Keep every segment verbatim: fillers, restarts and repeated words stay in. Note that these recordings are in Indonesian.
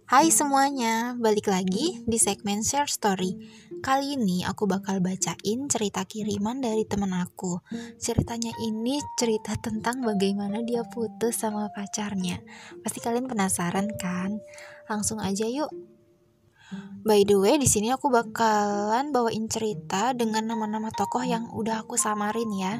Hai semuanya, balik lagi di segmen Share Story. Kali ini aku bakal bacain cerita kiriman dari temen aku. Ceritanya ini cerita tentang bagaimana dia putus sama pacarnya. Pasti kalian penasaran kan? Langsung aja yuk. By the way, di sini aku bakalan bawain cerita dengan nama-nama tokoh yang udah aku samarin ya.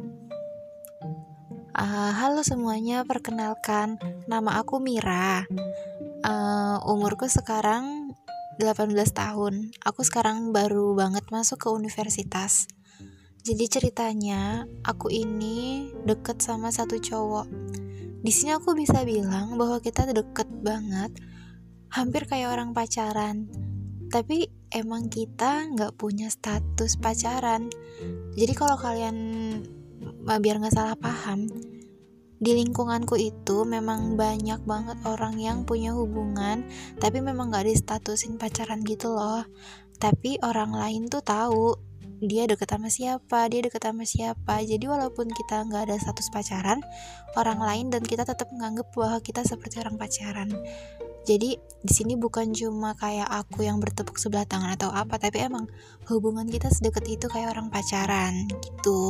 Uh, halo semuanya, perkenalkan, nama aku Mira. Uh, umurku sekarang delapan belas tahun. Aku sekarang baru banget masuk ke universitas. Jadi ceritanya, aku ini deket sama satu cowok. Di sini aku bisa bilang bahwa kita deket banget, hampir kayak orang pacaran. Tapi emang kita nggak punya status pacaran. Jadi kalau kalian biar nggak salah paham, di lingkunganku itu memang banyak banget orang yang punya hubungan tapi memang gak distatusin pacaran gitu loh. Tapi orang lain tuh tahu dia deket sama siapa, dia deket sama siapa. Jadi walaupun kita gak ada status pacaran, orang lain dan kita tetap menganggap bahwa kita seperti orang pacaran. Jadi di sini bukan cuma kayak aku yang bertepuk sebelah tangan atau apa, tapi emang hubungan kita sedekat itu kayak orang pacaran gitu.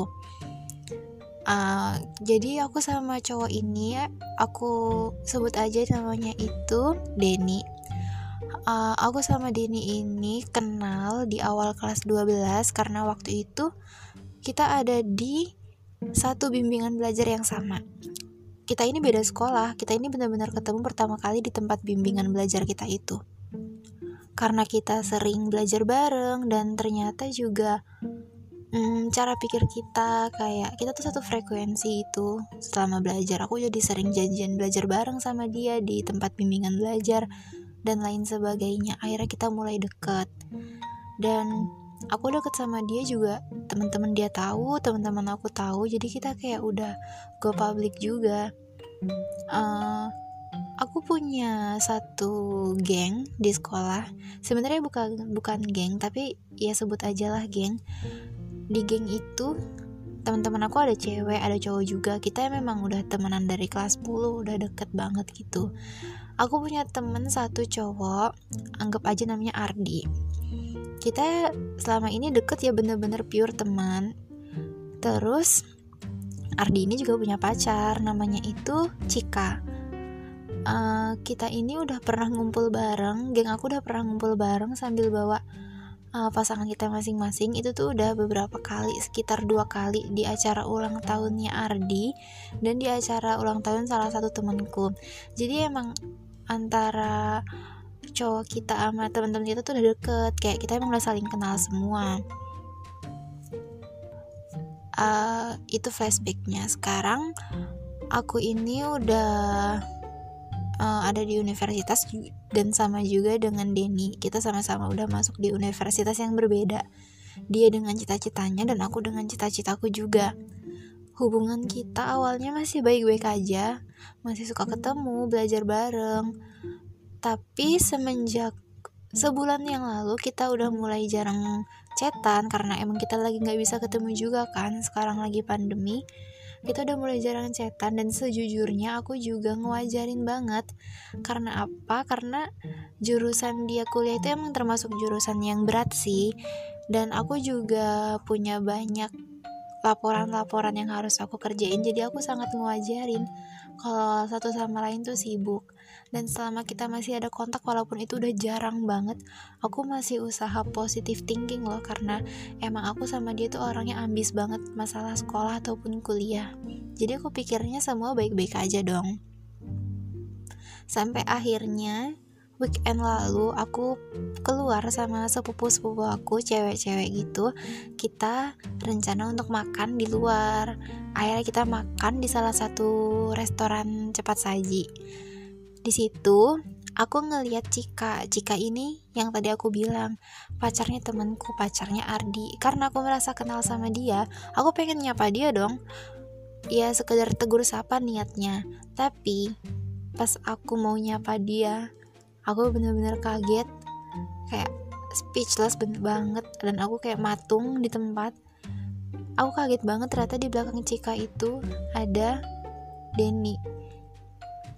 Uh, jadi aku sama cowok ini, aku sebut aja namanya itu Denny. Uh, aku sama Denny ini kenal di awal kelas dua belas karena waktu itu kita ada di satu bimbingan belajar yang sama. Kita ini beda sekolah, kita ini benar-benar ketemu pertama kali di tempat bimbingan belajar kita itu. Karena kita sering belajar bareng dan ternyata juga Hmm, cara pikir kita kayak kita tuh satu frekuensi itu. Selama belajar aku jadi sering janjian belajar bareng sama dia di tempat bimbingan belajar dan lain sebagainya. Akhirnya kita mulai deket dan aku deket sama dia juga, teman-teman dia tahu, teman-teman aku tahu, jadi kita kayak udah go public juga. uh, Aku punya satu geng di sekolah. Sebenarnya bukan bukan geng, tapi ya sebut aja lah geng. Di geng itu teman-teman aku ada cewek, ada cowok juga. Kita memang udah temenan dari kelas sepuluh, udah deket banget gitu. Aku punya temen satu cowok, anggap aja namanya Ardi. Kita selama ini deket ya, bener-bener pure teman. Terus Ardi ini juga punya pacar, namanya itu Cika. uh, Kita ini udah pernah ngumpul bareng, geng aku udah pernah ngumpul bareng sambil bawa Uh, pasangan kita masing-masing. Itu tuh udah beberapa kali, sekitar dua kali di acara ulang tahunnya Ardi dan di acara ulang tahun salah satu temanku. Jadi emang antara cowok kita sama teman-teman kita tuh udah deket, kayak kita emang udah saling kenal semua. Uh, itu flashbacknya. Sekarang aku ini udah Uh, ada di universitas dan sama juga dengan Denny. Kita sama-sama udah masuk di universitas yang berbeda. Dia dengan cita-citanya dan aku dengan cita-citaku juga. Hubungan kita awalnya masih baik-baik aja, masih suka ketemu, belajar bareng. Tapi semenjak sebulan yang lalu kita udah mulai jarang chatan karena emang kita lagi gak bisa ketemu juga kan. Sekarang lagi pandemi, kita udah mulai jarang chatan dan sejujurnya aku juga ngewajarin banget. Karena apa? Karena jurusan dia kuliah itu emang termasuk jurusan yang berat sih. Dan aku juga punya banyak laporan-laporan yang harus aku kerjain, jadi aku sangat ngewajarin kalau satu sama lain tuh sibuk. Dan selama kita masih ada kontak, walaupun itu udah jarang banget, aku masih usaha positive thinking loh, karena emang aku sama dia tuh orangnya ambis banget masalah sekolah ataupun kuliah. Jadi aku pikirnya semua baik-baik aja dong. Sampai akhirnya weekend lalu aku keluar sama sepupu-sepupu aku, cewek-cewek gitu. Kita rencana untuk makan di luar. Akhirnya kita makan di salah satu restoran cepat saji. Di situ aku ngeliat Cika. Cika ini yang tadi aku bilang pacarnya temanku, pacarnya Ardi. Karena aku merasa kenal sama dia, aku pengen nyapa dia dong. Ya sekedar tegur sapa niatnya. Tapi pas aku mau nyapa dia, aku bener-bener kaget, kayak speechless bener banget, dan aku kayak matung di tempat. Aku kaget banget ternyata di belakang Cika itu ada Denny.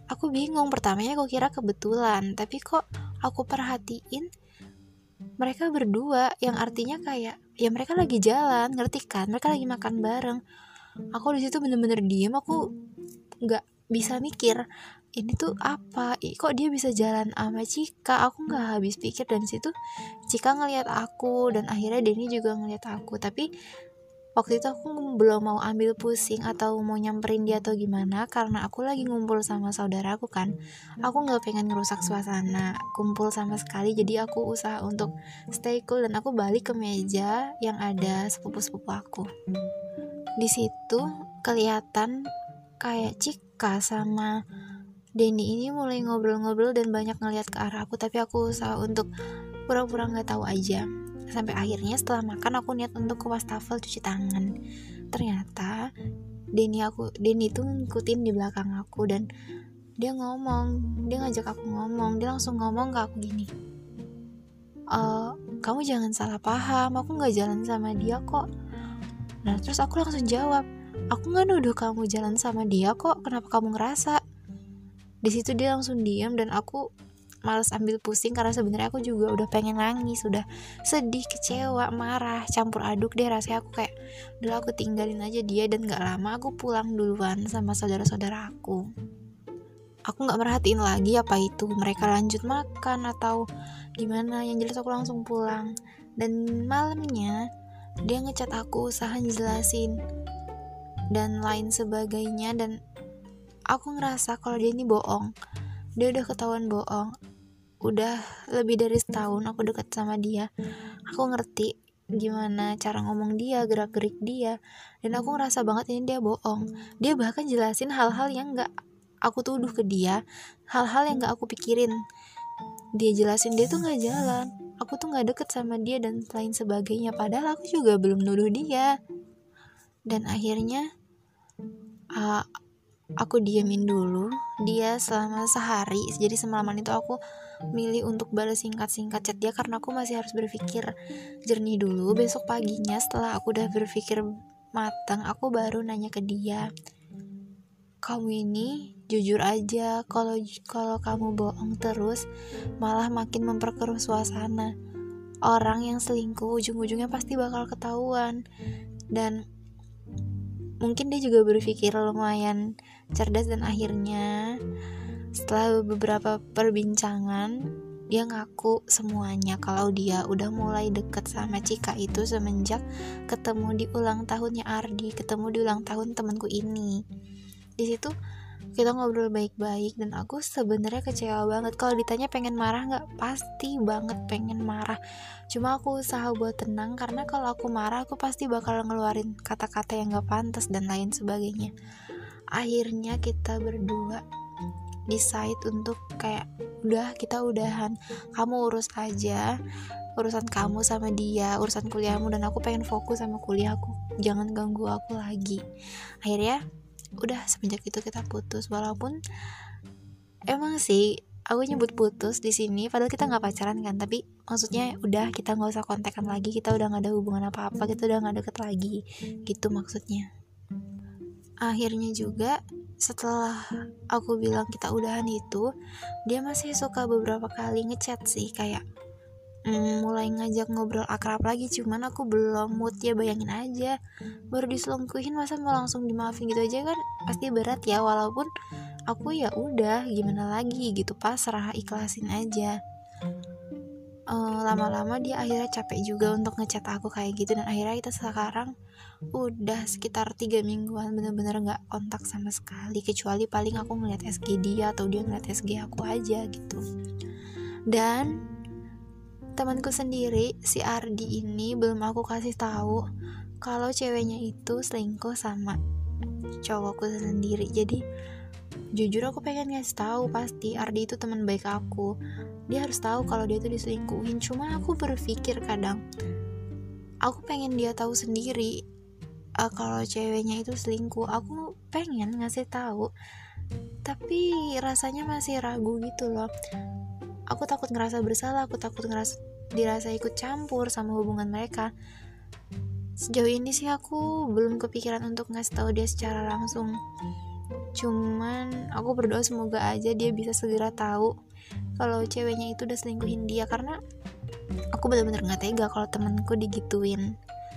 Aku bingung, pertamanya aku kira kebetulan, tapi kok aku perhatiin mereka berdua, yang artinya kayak ya mereka lagi jalan, ngerti kan, mereka lagi makan bareng. Aku di situ bener-bener diem, aku nggak bisa mikir ini tuh apa, Ih, kok dia bisa jalan sama Cika. Aku nggak habis pikir, dan situ Cika ngelihat aku, dan akhirnya Denny juga ngelihat aku. Tapi waktu itu aku belum mau ambil pusing atau mau nyamperin dia atau gimana, karena aku lagi ngumpul sama saudaraku kan. Aku nggak pengen ngerusak suasana kumpul sama sekali, jadi aku usaha untuk stay cool, dan aku balik ke meja yang ada sepupu-sepupu aku. Di situ kelihatan kayak Cika sama Denny ini mulai ngobrol-ngobrol dan banyak ngeliat ke arah aku, tapi aku usaha untuk pura-pura nggak tahu aja. Sampai akhirnya setelah makan aku niat untuk ke wastafel cuci tangan. Ternyata Denny aku Denny tuh ngikutin di belakang aku, dan dia ngomong, dia ngajak aku ngomong, dia langsung ngomong ke aku gini, e, kamu jangan salah paham, aku nggak jalan sama dia kok. Nah terus aku langsung jawab, aku nggak nuduh kamu jalan sama dia kok, kenapa kamu ngerasa? Di situ dia langsung diam, dan aku malas ambil pusing karena sebenarnya aku juga udah pengen nangis, udah sedih, kecewa, marah, campur aduk deh rasanya. Aku kayak udah aku tinggalin aja dia, dan gak lama aku pulang duluan sama saudara-saudara aku. Aku gak merhatiin lagi apa itu mereka lanjut makan atau gimana, yang jelas aku langsung pulang. Dan malamnya dia ngechat aku usaha jelasin dan lain sebagainya, dan aku ngerasa kalau dia ini bohong. Dia udah ketahuan bohong. Udah lebih dari setahun aku deket sama dia. Aku ngerti gimana cara ngomong dia, gerak-gerik dia, dan aku ngerasa banget ini dia bohong. Dia bahkan jelasin hal-hal yang gak aku tuduh ke dia, hal-hal yang gak aku pikirin. Dia jelasin dia tuh gak jalan, aku tuh gak deket sama dia, dan lain sebagainya. Padahal aku juga belum nuduh dia. Dan akhirnya uh, aku diamin dulu dia selama sehari. Jadi semalaman itu aku milih untuk balas singkat-singkat chat dia, karena aku masih harus berpikir jernih dulu. Besok paginya setelah aku udah berpikir matang, aku baru nanya ke dia, kamu ini jujur aja, kalau kalau kamu bohong terus malah makin memperkeruh suasana. Orang yang selingkuh ujung-ujungnya pasti bakal ketahuan. Dan mungkin dia juga berpikir lumayan cerdas, dan akhirnya setelah beberapa perbincangan dia ngaku semuanya kalau dia udah mulai deket sama Cika itu semenjak ketemu di ulang tahunnya Ardi, ketemu di ulang tahun temanku ini. Di situ kita ngobrol baik-baik, dan aku sebenarnya kecewa banget. Kalau ditanya pengen marah nggak, pasti banget pengen marah. Cuma aku usaha buat tenang, karena kalau aku marah aku pasti bakal ngeluarin kata-kata yang nggak pantas dan lain sebagainya. Akhirnya kita berdua decide untuk kayak udah kita udahan, kamu urus aja urusan kamu sama dia, urusan kuliahmu, dan aku pengen fokus sama kuliahku, jangan ganggu aku lagi. Akhirnya udah semenjak itu kita putus. Walaupun emang sih aku nyebut putus di sini padahal kita nggak pacaran kan, tapi maksudnya udah kita nggak usah kontekan lagi, kita udah nggak ada hubungan apa-apa, kita udah nggak deket lagi gitu maksudnya. Akhirnya juga setelah aku bilang kita udahan itu, dia masih suka beberapa kali ngechat sih, kayak Hmm, mulai ngajak ngobrol akrab lagi. Cuman aku belum mood ya, bayangin aja baru diselingkuhin masa mau langsung dimaafin gitu aja kan pasti berat ya. Walaupun aku ya udah gimana lagi gitu, pasrah, ikhlasin aja. uh, Lama-lama dia akhirnya capek juga untuk ngechat aku kayak gitu, dan akhirnya kita sekarang udah sekitar tiga mingguan bener-bener gak kontak sama sekali, kecuali paling aku ngeliat S G dia atau dia ngeliat S G aku aja gitu. Dan temanku sendiri, si Ardi ini belum aku kasih tahu kalau ceweknya itu selingkuh sama cowokku sendiri. Jadi jujur aku pengen ngasih tahu, pasti Ardi itu teman baik aku, dia harus tahu kalau dia itu diselingkuhin. Cuma aku berpikir kadang aku pengen dia tahu sendiri uh, kalau ceweknya itu selingkuh. Aku pengen ngasih tahu, tapi rasanya masih ragu gitu loh. Aku takut ngerasa bersalah, aku takut ngerasa dirasa ikut campur sama hubungan mereka. Sejauh ini sih aku belum kepikiran untuk ngasih tahu dia secara langsung. Cuman aku berdoa semoga aja dia bisa segera tahu kalau ceweknya itu udah selingkuhin dia, karena aku benar-benar nggak tega kalau temanku digituin.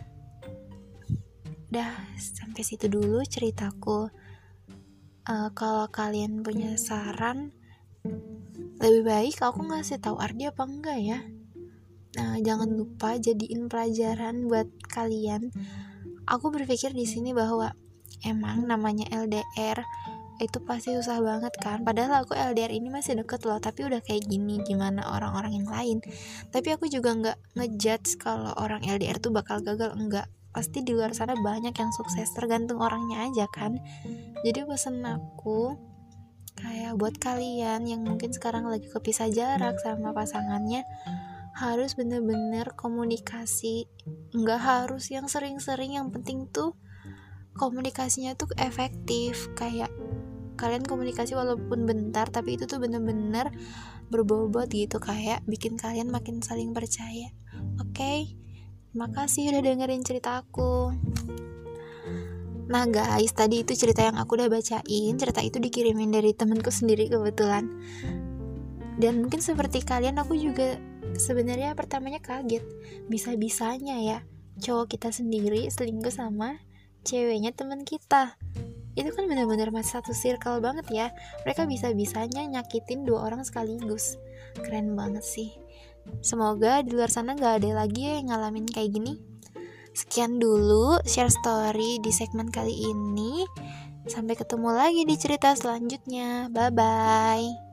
Udah sampai situ dulu ceritaku. Uh, kalau kalian punya saran, lebih baik aku ngasih tahu Ardi apa enggak ya? Nah, jangan lupa jadiin pelajaran buat kalian. Aku berpikir di sini bahwa emang namanya L D R itu pasti susah banget kan. Padahal aku L D R ini masih deket loh, tapi udah kayak gini, gimana orang-orang yang lain. Tapi aku juga nggak ngejudge kalau orang L D R tuh bakal gagal, enggak. Pasti di luar sana banyak yang sukses, tergantung orangnya aja kan. Jadi pesan aku kayak buat kalian yang mungkin sekarang lagi kepisah jarak sama pasangannya, harus bener-bener komunikasi. Nggak harus yang sering-sering, yang penting tuh komunikasinya tuh efektif. Kayak kalian komunikasi walaupun bentar, tapi itu tuh bener-bener berbobot gitu, kayak bikin kalian makin saling percaya. Oke, okay? Terima kasih udah dengerin cerita aku. Nah guys, tadi itu cerita yang aku udah bacain. Cerita itu dikirimin dari temanku sendiri kebetulan. Dan mungkin seperti kalian, aku juga sebenarnya pertamanya kaget, bisa-bisanya ya cowok kita sendiri selingkuh sama ceweknya teman kita. Itu kan benar-benar masih satu circle banget ya. Mereka bisa-bisanya nyakitin dua orang sekaligus. Keren banget sih. Semoga di luar sana gak ada lagi ya yang ngalamin kayak gini. Sekian dulu share story di segmen kali ini. Sampai ketemu lagi di cerita selanjutnya. Bye-bye.